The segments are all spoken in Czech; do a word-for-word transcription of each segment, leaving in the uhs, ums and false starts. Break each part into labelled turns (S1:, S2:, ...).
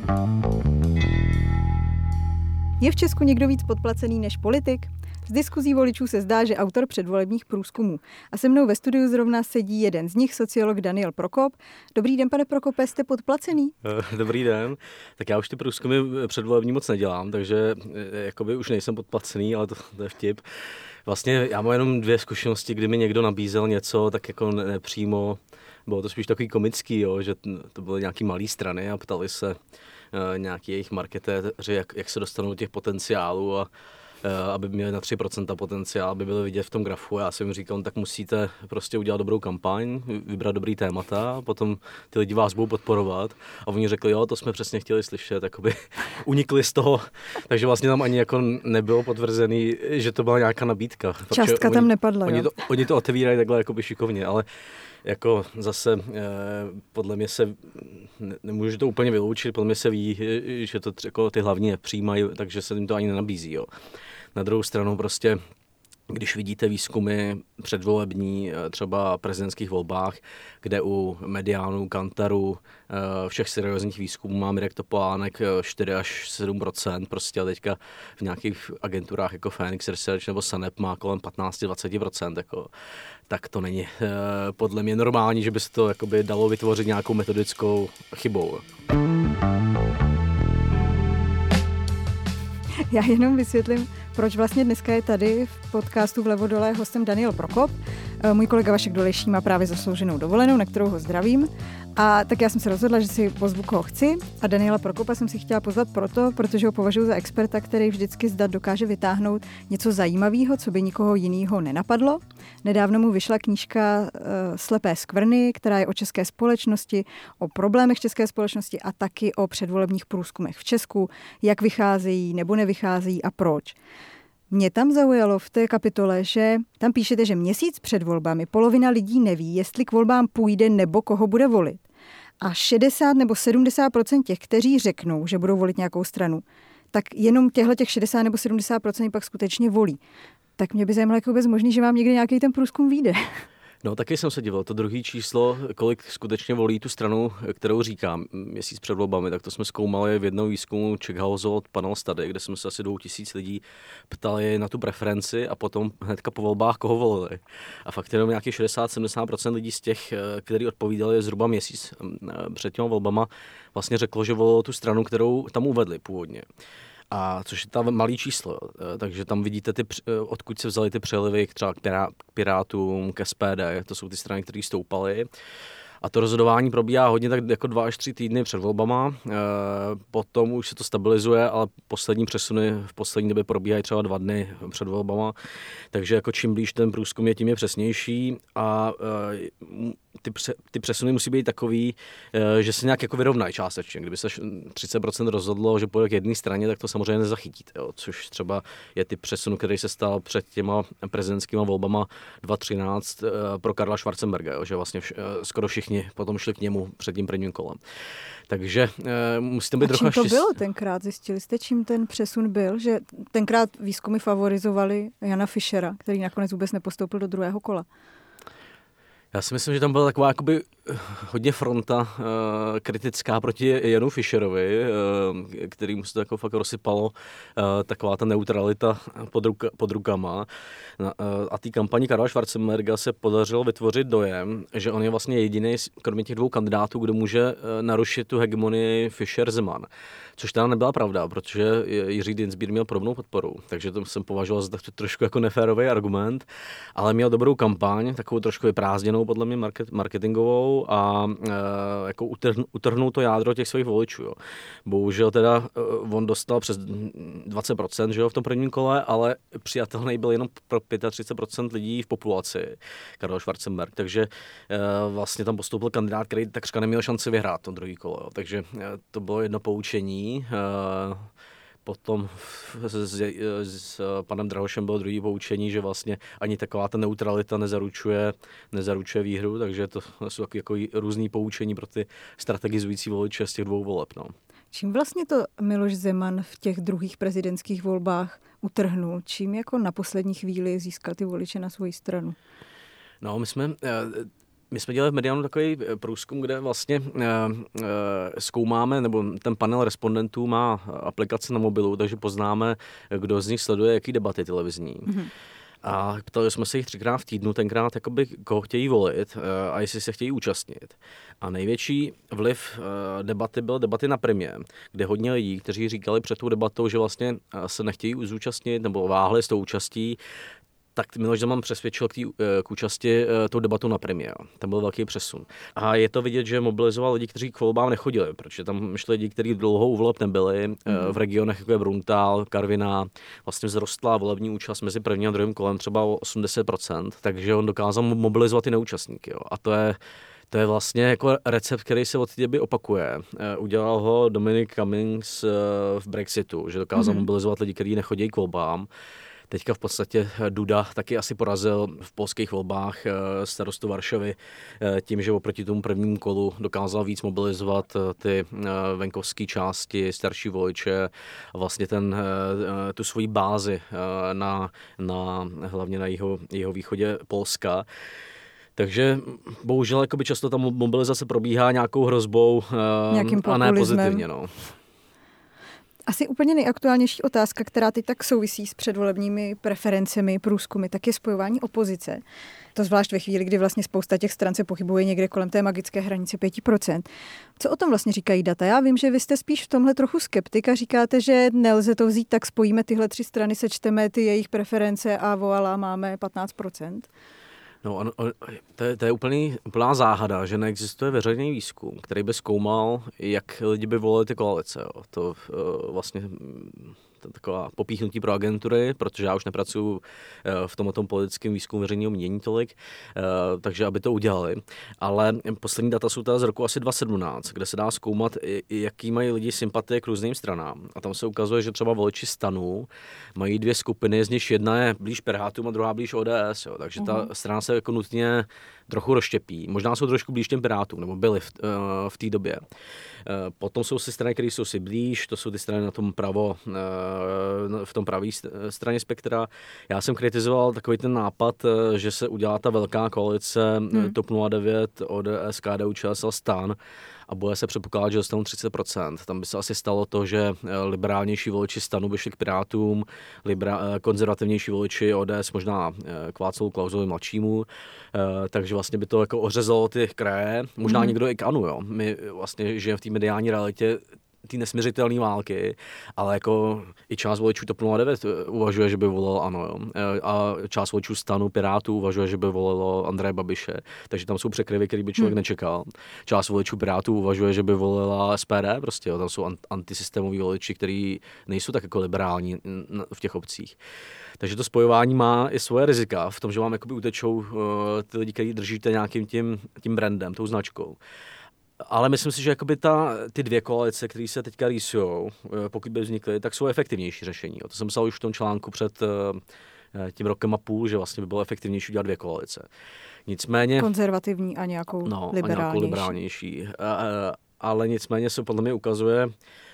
S1: Je v Česku někdo víc podplacený než politik? Z diskuzí voličů se zdá, že autor předvolebních průzkumů. A se mnou ve studiu zrovna sedí jeden z nich, sociolog Daniel Prokop. Dobrý den, pane Prokope, jste podplacený?
S2: Dobrý den. Tak já už ty průzkumy předvolební moc nedělám, takže jakoby už nejsem podplacený, ale to, to je vtip. Vlastně já mám jenom dvě zkušenosti, kdy mi někdo nabízel něco, tak jako nepřímo. Bylo to spíš takový komický, jo, že to byly nějaký malý strany a ptali se uh, nějaký jejich marketéři, jak, jak se dostanou do těch potenciálů a uh, aby měli na tři procenta potenciál, aby byli vidět v tom grafu. Já jsem jim říkal, tak musíte prostě udělat dobrou kampaň, vybrat dobrý témata, a potom ty lidi vás budou podporovat. A oni řekli, jo, to jsme přesně chtěli slyšet, jakoby unikli z toho. Takže vlastně tam ani jako nebylo potvrzený, že to byla nějaká nabídka.
S1: Částka tam
S2: oni,
S1: nepadla,
S2: oni
S1: jo?
S2: to, oni to otevírají takhle jakoby šikovně, ale jako zase eh, podle mě se, ne, nemůžu to úplně vyloučit, podle mě se ví, že to jako ty hlavní nepřijímají, takže se jim to ani nenabízí. Jo. Na druhou stranu prostě, když vidíte výzkumy předvolební, třeba prezidentských volbách, kde u Mediánu, Kantaru, všech seriózních výzkumů má Mirek Topolánek čtyři až sedm procent, prostě a teďka v nějakých agenturách jako Phoenix Research nebo Sanep má kolem patnáct až dvacet procent, jako, tak to není podle mě normální, že by se to jakoby dalo vytvořit nějakou metodickou chybou.
S1: Já jenom vysvětlím, proč vlastně dneska je tady v podcastu Vlevo dole hostem Daniel Prokop. Můj kolega Vašek Dolejší má právě zaslouženou dovolenou, na kterou ho zdravím. A tak já jsem se rozhodla, že si pozvu, koho chci. A Daniela Prokopa jsem si chtěla pozvat proto, protože ho považuji za experta, který vždycky zdat dokáže vytáhnout něco zajímavého, co by nikoho jiného nenapadlo. Nedávno mu vyšla knížka uh, Slepé skvrny, která je o české společnosti, o problémech české společnosti a taky o předvolebních průzkumech v Česku, jak vycházejí nebo nevycházejí a proč. Mě tam zaujalo v té kapitole, že tam píšete, že měsíc před volbami polovina lidí neví, jestli k volbám půjde nebo koho bude volit. A šedesát nebo sedmdesát procent těch, kteří řeknou, že budou volit nějakou stranu, tak jenom těchto těch šedesát nebo sedmdesát procent pak skutečně volí. Tak mě by zajímalo, jak vůbec možný, že vám někdy nějaký ten průzkum vyjde. No,
S2: taky jsem se díval. To druhé číslo, kolik skutečně volí tu stranu, kterou říkám, měsíc před volbami, tak to jsme zkoumali v jednom výzkumu Czech Panel Study, kde jsme se asi dvou tisíc lidí ptali na tu preferenci a potom hnedka po volbách, koho volili. A fakt jenom nějakých šedesát až sedmdesát procent lidí z těch, kteří odpovídali zhruba měsíc před těma volbama, vlastně řeklo, že volilo tu stranu, kterou tam uvedli původně. A což je tam malý číslo, takže tam vidíte, ty, odkud se vzaly ty přelivy třeba k Pirátům, k S P D, to jsou ty strany, které stoupaly. A to rozhodování probíhá hodně tak jako dva až tři týdny před volbama, e, potom už se to stabilizuje, ale poslední přesuny v poslední době probíhají třeba dva dny před volbama, takže jako čím blíž ten průzkum je, tím je přesnější a e, ty, pře, ty přesuny musí být takový, e, že se nějak jako vyrovnají částečně. Kdyby se třicet procent rozhodlo, že půjde k jedné straně, tak to samozřejmě nezachytíte, jo, což třeba je ty přesun, který se stal před těma prezidentskýma volbama dva tisíce třináct e, pro Karla Schwarzenberga, jo, že vlastně vš, e, skoro všichni potom šli k němu před tím prvním kolem. Takže e, musíte být trochu...
S1: A čím to bylo tenkrát? Zjistili jste, čím ten přesun byl? Že tenkrát výzkumy favorizovali Jana Fischera, který nakonec vůbec nepostoupil do druhého kola.
S2: Já si myslím, že tam byla taková jakoby hodně fronta uh, kritická proti Janu Fischerovi, uh, kterým se to jako fakt rozsypalo, uh, taková ta neutralita pod, ruka, pod rukama. Uh, a té kampani Karla Schwarzenberga se podařilo vytvořit dojem, že on je vlastně jediný, kromě těch dvou kandidátů, kdo může uh, narušit tu hegemonii Fischer-Zeman. Což teda nebyla pravda, protože Jiří Dienstbier měl podobnou podporu, takže to jsem považoval za trošku jako neférový argument, ale měl dobrou kampaň, takovou trošku vyprázdněnou podle mě market, marketingovou a e, jako utrhn, utrhnul to jádro těch svých voličů. Jo. Bohužel teda on dostal přes dvacet procent, že jo, v tom prvním kole, ale přijatelný byl jenom pro třicet pět procent lidí v populaci, Karel Schwarzenberg, takže e, vlastně tam postoupil kandidát, který takřka neměl šanci vyhrát to druhý kolo, jo. Takže e, to bylo jedno poučení. Potom s, s panem Drahošem bylo druhý poučení, že vlastně ani taková ta neutralita nezaručuje, nezaručuje výhru, takže to jsou jako, jako různý poučení pro ty strategizující voliče z těch dvou voleb. No.
S1: Čím vlastně to Miloš Zeman v těch druhých prezidentských volbách utrhnul? Čím jako na poslední chvíli získal ty voliče na svoji stranu?
S2: No, my jsme... My jsme dělali v Medianu takový průzkum, kde vlastně uh, uh, zkoumáme, nebo ten panel respondentů má aplikaci na mobilu, takže poznáme, kdo z nich sleduje jaký debaty televizní. Mm-hmm. A ptali jsme se jich třikrát v týdnu, tenkrát, jakoby, koho chtějí volit uh, a jestli se chtějí účastnit. A největší vliv uh, debaty byl debaty na Primě, kde hodně lidí, kteří říkali před tou debatou, že vlastně uh, se nechtějí zúčastnit nebo váhli s tou účastí, tak Miloš Zeman přesvědčil k, tý, k účasti tou debatu na Primě. Tam byl velký přesun. A je to vidět, že mobilizoval lidi, kteří k volbám nechodili, protože tam šli lidi, kteří dlouho u voleb nebyli. Mm. V regionech, jako je Bruntál, Karviná, vlastně vzrostla volební účast mezi prvním a druhým kolem třeba o osmdesát procent, takže on dokázal mobilizovat i neúčastníky. Jo. A to je To je vlastně jako recept, který se od té doby opakuje. Udělal ho Dominic Cummings v Brexitu, že dokázal mm. mobilizovat lidi, kteří nechodí k volbám. Teďka v podstatě Duda taky asi porazil v polských volbách starostu Varšavy tím, že oproti tomu prvnímu kolu dokázal víc mobilizovat ty venkovské části, starší voliče a vlastně ten, tu svoji bázi na, na, hlavně na jeho, jeho východě Polska. Takže bohužel jakoby často ta mobilizace probíhá nějakou hrozbou a ne pozitivně. No.
S1: Asi úplně nejaktuálnější otázka, která teď tak souvisí s předvolebními preferencemi, průzkumy, tak je spojování opozice. To zvlášť ve chvíli, kdy vlastně spousta těch stran se pohybuje někde kolem té magické hranice pět procent. Co o tom vlastně říkají data? Já vím, že vy jste spíš v tomhle trochu skeptik a říkáte, že nelze to vzít, tak spojíme tyhle tři strany, sečteme ty jejich preference a voilà, máme patnáct procent.
S2: No, on, on, to, je, to je úplný, úplná záhada, že neexistuje veřejný výzkum, který by zkoumal, jak lidi by volili ty koalice. Jo. To uh, vlastně to taková popíchnutí pro agentury, protože já už nepracuju uh, v tomto politickém výzkumu veřejného mínění tolik, uh, takže aby to udělali. Ale poslední data jsou teda z roku asi dva tisíce sedmnáct, kde se dá zkoumat, jaký mají lidi sympatie k různým stranám. A tam se ukazuje, že třeba voliči STANu mají dvě skupiny, z nich jedna je blíž Pirátům a druhá blíž O D S. Jo. Takže ta uh-huh. strana se jako nutně trochu rozštěpí. Možná jsou trošku blíž těm Pirátům, nebo byli v, uh, v té době. Uh, potom jsou si strany, které jsou si blíž, to jsou ty strany na tom pravo, uh, v tom pravé straně spektra. Já jsem kritizoval takový ten nápad, uh, že se udělá ta velká koalice hmm. TOP nula devět, O D S, K D U Č S L, STAN a bude se předpokládat, že dostanou třicet procent. Tam by se asi stalo to, že liberálnější voliči STANu by šli k Pirátům, libera- konzervativnější voliči O D S možná k Václavu Klausovi mladšímu, takže vlastně by to jako ořezalo ty kraje, možná hmm. někdo i k ANO, jo. My vlastně žijeme v té mediální realitě ty nesměřitelné války, ale jako i část voličů TOP nula devět uvažuje, že by volil ANO, jo. A část voličů STANu, Pirátů uvažuje, že by volilo Andreje Babiše, takže tam jsou překryvy, který by člověk hmm. nečekal. Část voličů Pirátů uvažuje, že by volila S P D, prostě, jo. Tam jsou antisystémoví voliči, kteří nejsou tak jako liberální v těch obcích. Takže to spojování má i svoje rizika v tom, že vám jakoby utečou uh, ty lidi, kteří držíte nějakým tím, tím brandem, tou značkou. Ale myslím si, že jakoby ta, ty dvě koalice, které se teďka rýsujou, pokud by vznikly, tak jsou efektivnější řešení. To jsem psal už v tom článku před tím rokem a půl, že vlastně by bylo efektivnější udělat dvě koalice. Nicméně...
S1: Konzervativní a nějakou
S2: no,
S1: liberálnější.
S2: A nějakou liberálnější. Ale nicméně se podle mě ukazuje,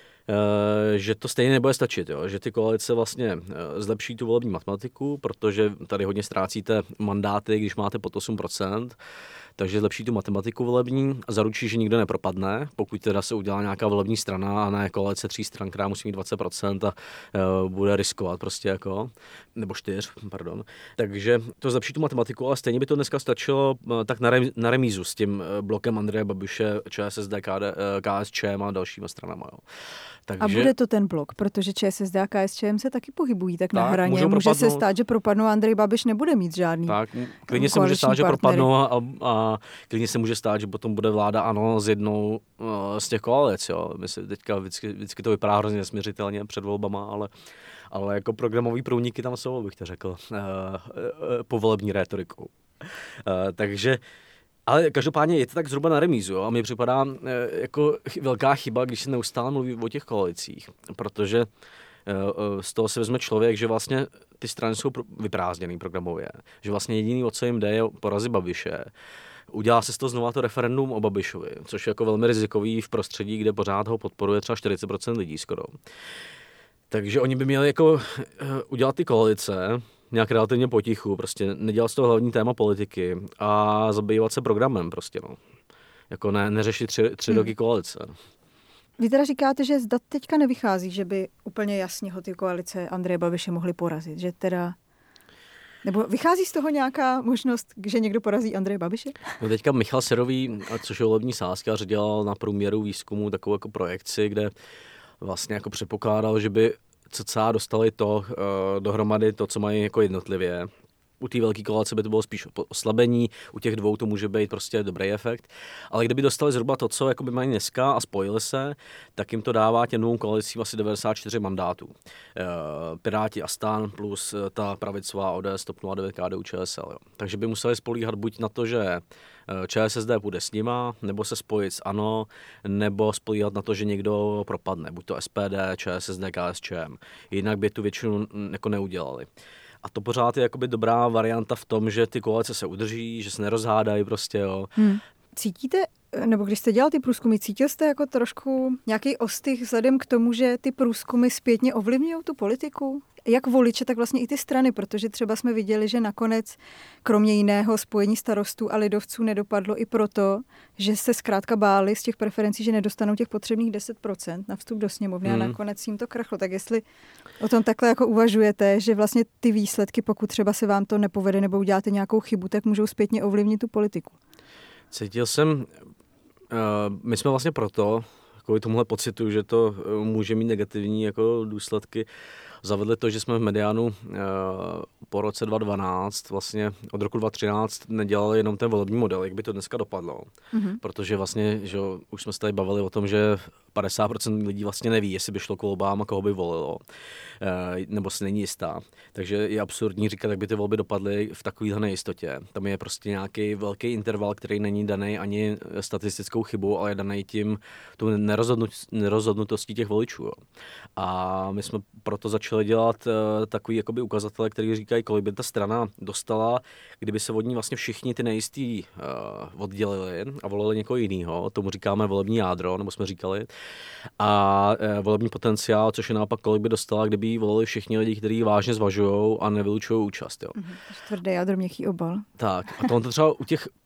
S2: že to stejně nebude stačit, jo? Že ty koalice vlastně zlepší tu volební matematiku, protože tady hodně ztrácíte mandáty, když máte pod osm procent, takže zlepší tu matematiku volební a zaručí, že nikdo nepropadne, pokud teda se udělá nějaká volební strana a ne koalice tří stran, která musí mít dvacet procent a uh, bude riskovat prostě jako, nebo čtyř, pardon. Takže to zlepší tu matematiku, ale stejně by to dneska stačilo uh, tak na, rem, na remízu s tím uh, blokem Andreje Babiše, ČSSD, KD, uh, KSČM a dalšíma stranama. Jo.
S1: Takže... A bude to ten blok, protože ČSSD a KSČM se taky pohybují tak, tak na hraně. Může se stát, že propadnou, Andrej Babiš nebude mít žádný. Tak,
S2: klidně se může stát, že propadnou a, a klidně se může stát, že potom bude vláda ANO s jednou uh, z těch koalic. Jo. My si teďka vždycky, vždycky to vypadá hrozně nesměřitelně před volbama, ale, ale jako programový průniky tam jsou, bych to řekl, uh, uh, povolební rétorikou. Uh, takže ale každopádně je to tak zhruba na remízu, jo? A mně připadá e, jako ch- velká chyba, když se neustále mluví o těch koalicích, protože e, z toho se vezme člověk, že vlastně ty strany jsou pro- vyprázdněný programově, že vlastně jediný, o co jim jde, je porazit Babiše. Udělá se z toho znova to referendum o Babišovi, což je jako velmi rizikový v prostředí, kde pořád ho podporuje třeba čtyřicet procent lidí skoro. Takže oni by měli jako udělat ty koalice, nějak relativně potichu, prostě nedělat z toho hlavní téma politiky a zabývat se programem prostě, no. Jako ne, neřešit tři, tři hmm. roky koalice.
S1: Vy teda říkáte, že zda teďka nevychází, že by úplně jasně ho ty koalice Andreje Babiše mohly porazit, že teda... Nebo vychází z toho nějaká možnost, že někdo porazí Andreje Babiše?
S2: No teďka Michal Serový, což je volební sázkař, dělal na průměru výzkumu takovou jako projekci, kde vlastně jako předpokládal, že by cca dostali to uh, dohromady to, co mají jako jednotlivě. U té velké koalice by to bylo spíš oslabení, u těch dvou to může být prostě dobrý efekt. Ale kdyby dostali zhruba to, co jakoby mají dneska a spojili se, tak jim to dává těm dvou koalicím asi devadesát čtyři mandátů. Piráti a STAN plus ta pravicová O D S, TOP nula devět, K D U Č S L. Jo. Takže by museli spolíhat buď na to, že ČSSD půjde s nima, nebo se spojit s ANO, nebo spolíhat na to, že někdo propadne, buď to S P D, ČSSD, K S Č M. Jinak by tu většinu jako neudělali. A to pořád je jakoby dobrá varianta v tom, že ty koalice se udrží, že se nerozhádají prostě, jo.
S1: Hmm. Cítíte, nebo když jste dělal ty průzkumy, cítil jste jako trošku nějaký ostych vzhledem k tomu, že ty průzkumy zpětně ovlivňují tu politiku? Jak voliče, tak vlastně i ty strany, protože třeba jsme viděli, že nakonec kromě jiného spojení starostů a lidovců nedopadlo i proto, že se zkrátka báli z těch preferencí, že nedostanou těch potřebných deset procent na vstup do sněmovny hmm. a nakonec jim to krachlo. Tak jestli o tom takhle jako uvažujete, že vlastně ty výsledky, pokud třeba se vám to nepovede nebo uděláte nějakou chybu, tak můžou zpětně ovlivnit tu politiku.
S2: Cítil jsem, uh, my jsme vlastně proto, kvůli tomuhle pocitu, že to uh, může mít negativní jako důsledky, zavedli to, že jsme v Medianu uh, po roce dva tisíce dvanáct, vlastně od roku dva tisíce třináct nedělali jenom ten volební model, jak by to dneska dopadlo. Mm-hmm. Protože vlastně, že už jsme se tady bavili o tom, že padesát procent lidí vlastně neví, jestli by šlo k volbám a koho by volilo, uh, nebo se není jistá. Takže je absurdní říkat, jak by ty volby dopadly v takovéhle nejistotě. Tam je prostě nějaký velký interval, který není daný ani statistickou chybou, ale je daný tím tou nerozhodnut, nerozhodnutostí těch voličů. Jo. A my jsme proto začali dělat uh, takový jakoby ukazatele, který říkají, kolik by ta strana dostala, kdyby se od ní vlastně všichni ty nejistí uh, oddělili a volili někoho jiného. Tomu říkáme volební jádro, nebo jsme říkali. A uh, volební potenciál, což je naopak, kolik by dostala, kdyby jí volili všichni lidi, kteří vážně zvažují a nevylučují účast. Jo.
S1: Mm-hmm. Tvrdé jádro, měkký obal.
S2: Tak. A to on to třeba u těch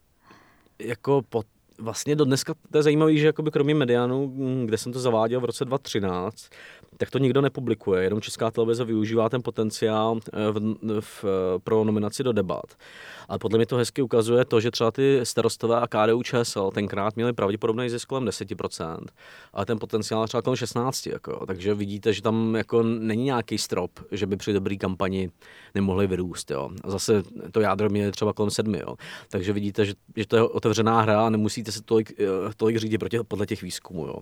S2: jako pod Vlastně do dneska to je zajímavé, že jakoby kromě Medianu, kde jsem to zaváděl v roce dva tisíce třináct, tak to nikdo nepublikuje, jenom Česká televize využívá ten potenciál v, v, pro nominaci do debat. Ale podle mě to hezky ukazuje to, že třeba ty starostové a K D U Č S L tenkrát měli pravděpodobný zisk kolem deset procent, ale ten potenciál třeba kolem šestnáct procent. Jako, takže vidíte, že tam jako není nějaký strop, že by při dobrý kampani nemohli vyrůst. Jo. A zase to jádro měli třeba kolem sedmi. Jo. Takže vidíte, že, že to je otevřená hra a nemusíte se tolik, tolik řídit proti, podle těch výzkumů. Jo.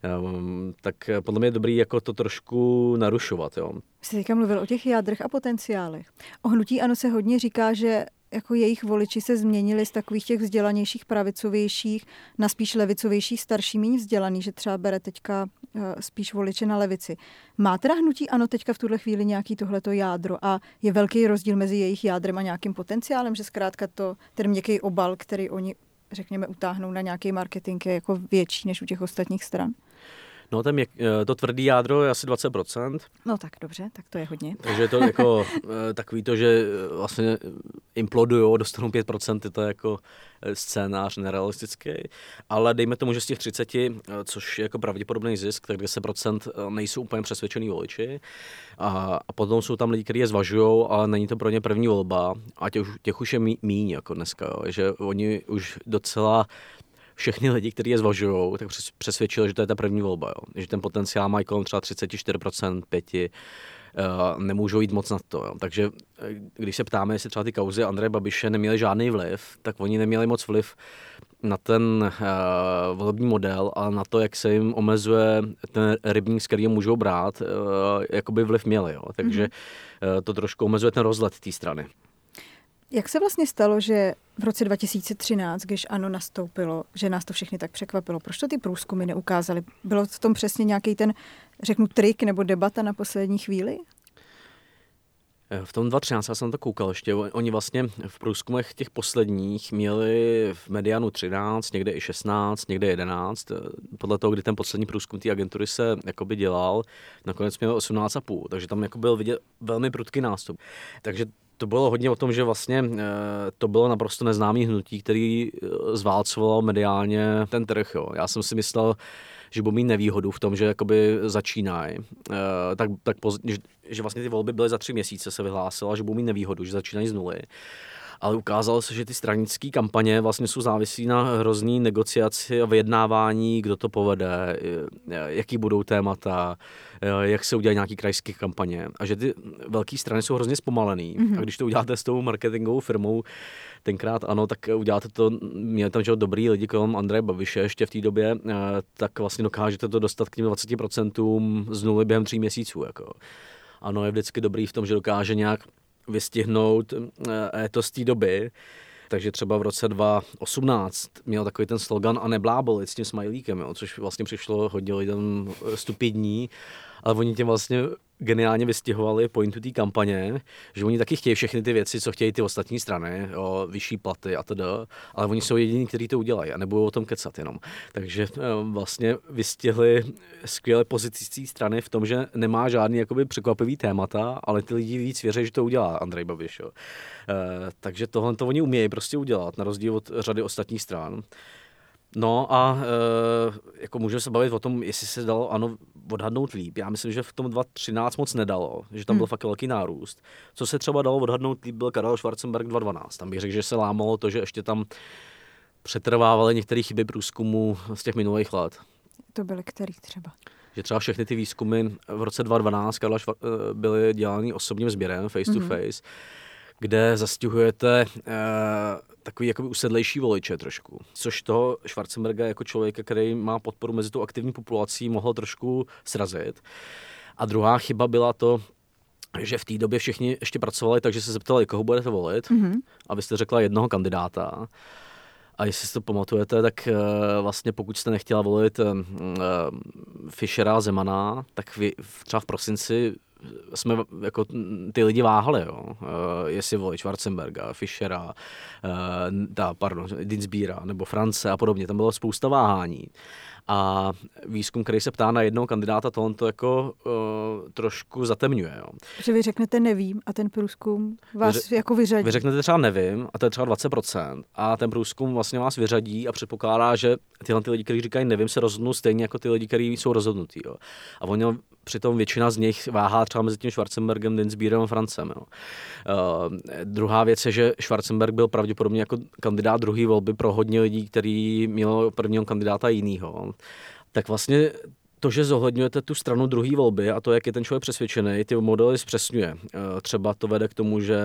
S2: Um, tak podle mě je dobrý jako to trošku narušovat. Jo.
S1: Jste teďka mluvil o těch jádrech a potenciálech. O hnutí ANO se hodně říká, že jako jejich voliči se změnili z takových těch vzdělanějších, pravicovějších na spíš levicovější, starší, méně vzdělaný, že třeba bere teďka uh, spíš voliče na levici. Má teda hnutí ANO teďka v tuhle chvíli nějaký tohleto jádro a je velký rozdíl mezi jejich jádrem a nějakým potenciálem, že zkrátka to, ten měkký obal, který oni, řekněme, utáhnou na nějaký marketing, je jako větší než u těch ostatních stran?
S2: No, ten je, to tvrdý jádro je asi dvacet procent.
S1: No tak dobře, tak to je hodně.
S2: Takže je to jako takový to, že vlastně implodujou, dostanou pět procent, je to jako scénář nerealistický. Ale dejme tomu, že z těch třicet, což je jako pravděpodobný zisk, tak deset procent nejsou úplně přesvědčený voliči. A, a potom jsou tam lidi, kteří je zvažujou, ale není to pro ně první volba. A těch, těch už je míň jako dneska, jo. Že oni už docela všechny lidi, kteří je zvažují, tak přesvědčili, že to je ta první volba. Jo. Že ten potenciál mají kolem třeba třicet čtyři procent, pět procent, uh, nemůžou jít moc na to. Jo. Takže když se ptáme, jestli třeba ty kauzy Andreje Babiše neměly žádný vliv, tak oni neměli moc vliv na ten uh, volební model, ale na to, jak se jim omezuje ten rybník, z kterého můžou brát, uh, jakoby vliv měli. Jo. Takže uh, to trošku omezuje ten rozhled té strany.
S1: Jak se vlastně stalo, že v roce dva tisíce třináct, když ANO nastoupilo, že nás to všechny tak překvapilo? Proč to ty průzkumy neukázaly? Bylo v tom přesně nějaký ten, řeknu, trik nebo debata na poslední chvíli?
S2: V tom dva tisíce třináct, já jsem to koukal ještě, oni vlastně v průzkumech těch posledních měli v Medianu třináct, někde i šestnáct, někde jedenáct. Podle toho, kdy ten poslední průzkum té agentury se jakoby dělal, nakonec měl osmnáct celá pět, takže tam jako byl vidět velmi prudký nástup. Takže to bylo hodně o tom, že vlastně to bylo naprosto neznámý hnutí, který zválcovalo mediálně ten trh. Jo. Já jsem si myslel, že budou mít nevýhodu v tom, že jakoby začínají, tak, tak poz, že, že vlastně ty volby byly za tři měsíce, se vyhlásilo, že budou mít nevýhodu, že začínají z nuly. Ale ukázalo se, že ty stranické kampaně vlastně jsou závislí na hrozný negociaci a vyjednávání, kdo to povede, jaký budou témata, jak se udělají nějaký krajské kampaně. A že ty velké strany jsou hrozně zpomalený. Mm-hmm. A když to uděláte s tou marketingovou firmou, tenkrát ano, tak uděláte to, měli tam že dobrý lidi kolem Andreje Babiše ještě v té době, tak vlastně dokážete to dostat k těm dvacet procent z nuly během tří měsíců. Jako. Ano, je vždycky dobrý v tom, že dokáže nějak vystihnout to z té doby. Takže třeba v roce dva tisíce osmnáct měl takový ten slogan a neblábolit s tím smajlíkem, jo, což vlastně přišlo hodně lidem stupidní, ale oni tím vlastně geniálně vystihovali pointu té kampaně, že oni taky chtějí všechny ty věci, co chtějí ty ostatní strany, jo, vyšší platy a teda, ale oni jsou jediní, kteří to udělají a nebudou o tom kecat jenom. Takže vlastně vystihli skvěle pozitivní strany v tom, že nemá žádný jakoby překvapivý témata, ale ty lidi víc věří, že to udělá Andrej Babiš. Jo. E, takže tohle to oni umějí prostě udělat, na rozdíl od řady ostatních stran. No a e, jako můžeme se bavit o tom, jestli se dalo ano odhadnout líp. Já myslím, že v tom dva tisíce třináct moc nedalo, že tam byl hmm. fakt velký nárůst. Co se třeba dalo odhadnout líp, byl Karel Schwarzenberg dva tisíce dvanáct. Tam bych řekl, že se lámalo to, že ještě tam přetrvávaly některé chyby průzkumu z těch minulých let.
S1: To byly který třeba? Že
S2: třeba všechny ty výzkumy v roce dva tisíce dvanáct Karla Švar- byly dělány osobním sběrem, face to face, mm-hmm. kde zastihujete eh, takový jakoby usedlejší voliče trošku. Což toho Schwarzenberga jako člověka, který má podporu mezi tou aktivní populací, mohl trošku srazit. A druhá chyba byla to, že v té době všichni ještě pracovali, takže se zeptali, koho budete volit. Mm-hmm. A vy jste řekla jednoho kandidáta. A jestli si to pamatujete, tak uh, vlastně pokud jste nechtěla volit uh, Fischera, Zemana, tak vy, třeba v prosinci jsme jako ty lidi váhali, jo. Uh, jestli volit Schwarzenberga, Fischera, uh, ta, pardon, Dinsbiera nebo France a podobně. Tam bylo spousta váhání. A výzkum, který se ptá na jednoho kandidáta, tohle to jako uh, trošku zatemňuje. Jo.
S1: Že vy řeknete nevím a ten průzkum vás vy, jako vyřadí.
S2: Vy řeknete třeba nevím a to je třeba dvacet procent a ten průzkum vlastně vás vyřadí a předpokládá, že tyhle ty lidi, kteří říkají nevím, se rozhodnou stejně jako ty lidi, kteří jsou rozhodnutí. Jo. A oni přitom většina z nich váhá třeba mezi tím Schwarzenbergem, Dinsbierem a Francem. Jo. Uh, druhá věc je, že Schwarzenberg byl pravděpodobně jako kandidát druhé volby pro hodně lidí, který měl prvního kandidáta jinýho. Tak vlastně to, že zohledňujete tu stranu druhé volby a to, jak je ten člověk přesvědčený, ty modely zpřesňuje. Třeba to vede k tomu, že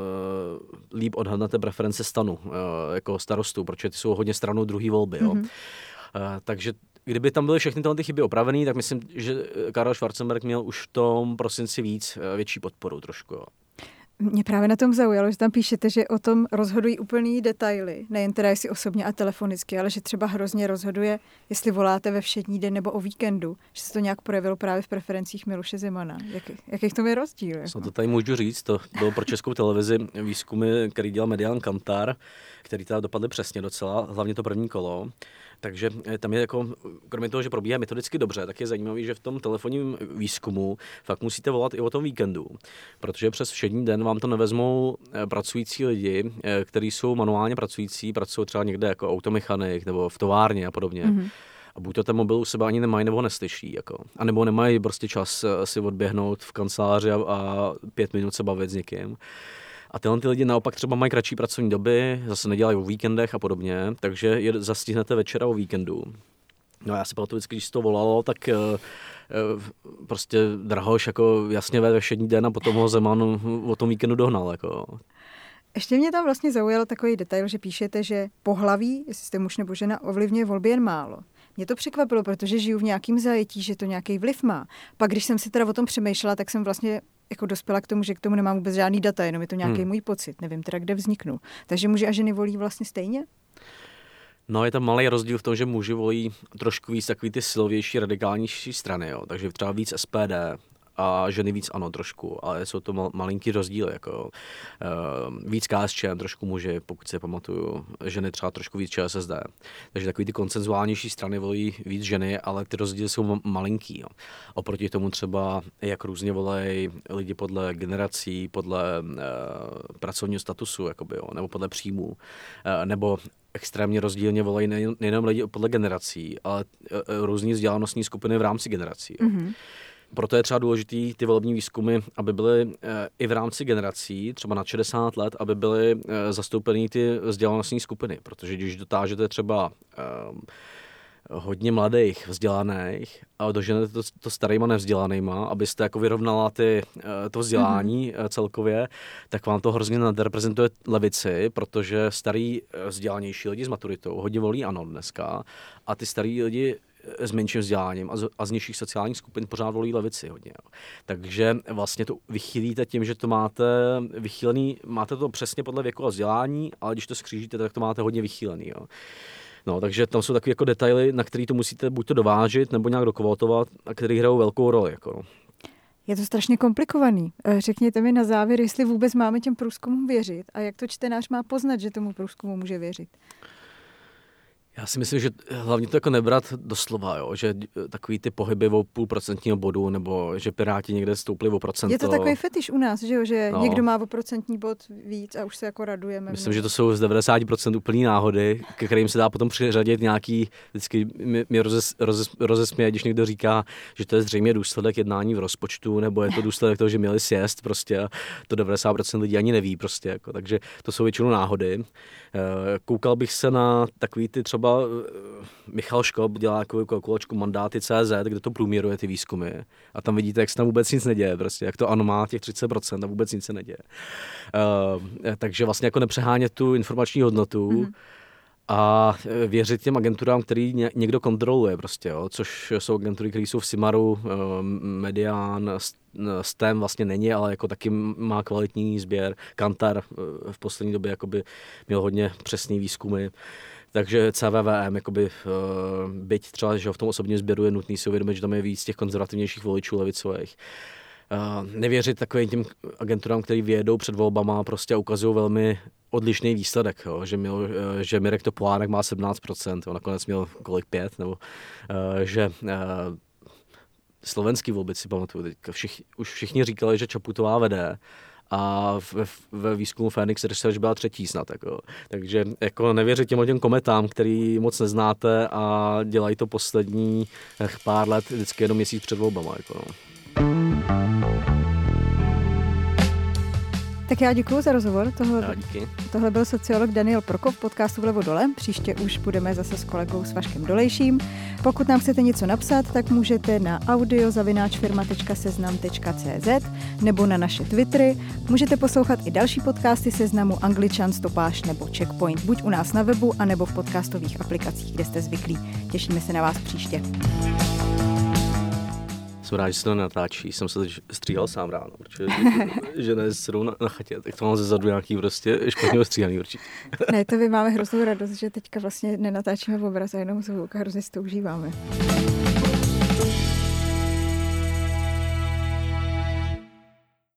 S2: líp odhadnete preference stanu jako starostu, protože ty jsou hodně stranou druhé volby. Jo. Mm-hmm. Takže kdyby tam byly všechny tyhle chyby opravený, tak myslím, že Karel Schwarzenberg měl už v tom prosinci víc, větší podporu trošku. Jo.
S1: Mě právě na tom zaujalo, že tam píšete, že o tom rozhodují úplný detaily, nejen teda jestli osobně a telefonicky, ale že třeba hrozně rozhoduje, jestli voláte ve všední den nebo o víkendu, že se to nějak projevilo právě v preferencích Miloše Zemana. Jak, jaký v tom je rozdíl? Jako?
S2: Co to tady můžu říct, to bylo pro Českou televizi výzkumy, který dělal Median Kantar, který teda dopadly přesně docela, hlavně to první kolo. Takže tam je jako, kromě toho, že probíhá metodicky dobře, tak je zajímavý, že v tom telefonním výzkumu fakt musíte volat i o tom víkendu, protože přes všední den vám to nevezmou pracující lidi, kteří jsou manuálně pracující, pracují třeba někde jako automechanik nebo v továrně a podobně. Mm-hmm. A buď to ten mobil u sebe ani nemají, nebo neslyší. Jako. A nebo nemají prostě čas si odběhnout v kanceláři a, a pět minut se bavit s někým. A tyhle ty lidi naopak třeba mají kratší pracovní doby, zase nedělají o víkendech a podobně, takže je zastihnete večera o víkendu. No já si pamatuju vždycky, když se to volalo, tak uh, prostě Drahoš jako jasně ve všední den a potom ho Zeman o tom víkendu dohnal. Jako.
S1: Ještě mě tam vlastně zaujal takový detail, že píšete, že pohlaví, jestli jste muž nebo žena, ovlivňuje volby jen málo. Mě to překvapilo, protože žiju v nějakém zajetí, že to nějaký vliv má. Pak když jsem si teda o tom přemýšlela, tak jsem vlastně jako dospěla k tomu, že k tomu nemám vůbec žádný data, jenom je to nějaký hmm. můj pocit. Nevím teda, kde vzniknul. Takže muži a ženy volí vlastně stejně?
S2: No je tam malý rozdíl v tom, že muži volí trošku víc takový ty silovější, radikálnější strany, jo. Takže třeba víc S P D a ženy víc ano trošku, ale jsou to mal, malinký rozdíly, jako uh, víc K S Č M, trošku muži, pokud si pamatuju, ženy třeba trošku víc Č S S D. Takže takový ty konsenzuálnější strany volí víc ženy, ale ty rozdíly jsou malinký. Jo. Oproti tomu třeba, jak různě volej lidi podle generací, podle uh, pracovního statusu, jakoby, jo, nebo podle příjmů, uh, nebo extrémně rozdílně volají nejenom lidi podle generací, ale různý vzdělanostní skupiny v rámci generací. Mm-hmm. Proto je třeba důležitý ty volební výzkumy, aby byly i v rámci generací, třeba na šedesát let, aby byly zastoupeny ty vzdělanostní skupiny. Protože když dotážete třeba um, hodně mladých, vzdělaných a doženete to, to starýma nevzdělanýma, abyste jako vyrovnala ty, to vzdělání mm-hmm. celkově, tak vám to hrozně nadreprezentuje levici, protože starý vzdělanější lidi s maturitou hodně volí ANO dneska a ty starý lidi s menším vzděláním a z, a z nižších sociálních skupin pořád volí levici hodně. Jo. Takže vlastně to vychýlíte tím, že to máte vychýlený, máte to přesně podle věku a vzdělání, ale když to skřížíte, tak to máte hodně vychýlený. Jo. No, takže tam jsou takové jako detaily, na které to musíte buď to dovážit, nebo nějak dokvotovat, a které hrajou velkou roli. Jako no.
S1: Je to strašně komplikovaný. Řekněte mi na závěr, jestli vůbec máme těm průzkumům věřit a jak to čtenář má poznat, že tomu průzkumu může věřit.
S2: Já si myslím, že hlavně to jako nebrat doslova, jo? Že takový ty pohyby o půl procentního bodu, nebo že Piráti někde stoupli o procento.
S1: Je to takový fetiš u nás, že, jo? Že no. Někdo má o procentní bod víc a už se jako radujeme.
S2: Myslím, že to jsou z devadesát procent úplný náhody, ke kterým se dá potom přiřadit nějaký, vždycky mě rozes, rozes, rozesměje, když někdo říká, že to je zřejmě důsledek jednání v rozpočtu, nebo je to důsledek toho, že měli sjezd, prostě to devadesát procent lidí ani neví prostě, jako. Takže to jsou většinou náhody. Koukal bych se na takový ty třeba Michal Škob dělá takovou kalkulačku mandáty tečka cé zet, kde to průměruje ty výzkumy. A tam vidíte, jak se tam vůbec nic neděje. Prostě, jak to ANO má těch třicet procent a vůbec nic se neděje. Uh, takže vlastně jako nepřehánět tu informační hodnotu mm-hmm. a věřit těm agenturám, který někdo kontroluje. Prostě, jo, což jsou agentury, které jsou v Simaru, uh, Medián, S T E M vlastně není, ale jako taky má kvalitní sběr. Kantar uh, v poslední době jakoby měl hodně přesný výzkumy. Takže C V V M, jakoby, uh, byť třeba, že v tom osobním sběru je nutný si uvědomit, že tam je víc těch konzervativnějších voličů levicových. Uh, nevěřit takovým těm agenturám, který vyjedou před volbama, prostě ukazují velmi odlišný výsledek, jo? Že, měl, uh, že Mirek Topolánek má sedmnáct procent, jo? Nakonec měl kolik pět, nebo uh, že uh, slovenský volby si pamatuju, všich, už všichni říkali, že Čaputová vede, a ve, ve výzkumu Phoenix Research byla třetí snad. Jako. Takže jako nevěřit těm těm kometám, který moc neznáte a dělají to poslední pár let vždycky jenom měsíc před volbama. Jako, no.
S1: Tak já děkuju za rozhovor. Tohle,
S2: já díky.
S1: Tohle byl sociolog Daniel Prokop v podcastu Vlevo dole. Příště už budeme zase s kolegou s Vaškem Dolejším. Pokud nám chcete něco napsat, tak můžete na audio zavináč firma tečka seznam tečka cé zet nebo na naše Twittery. Můžete poslouchat i další podcasty Seznamu Angličan, Stopáž nebo Checkpoint, buď u nás na webu, anebo v podcastových aplikacích, kde jste zvyklí. Těšíme se na vás příště.
S2: Jsem rád, že se to natáčí, jsem se stříhal sám ráno, protože že ne sedou na, na chatě, tak to mám zezadu nějaký prostě špatně ostříhaný určitě.
S1: Ne, to my máme hroznou radost, že teďka vlastně nenatáčíme obraz a jenom zvuk a hrozně si to užíváme.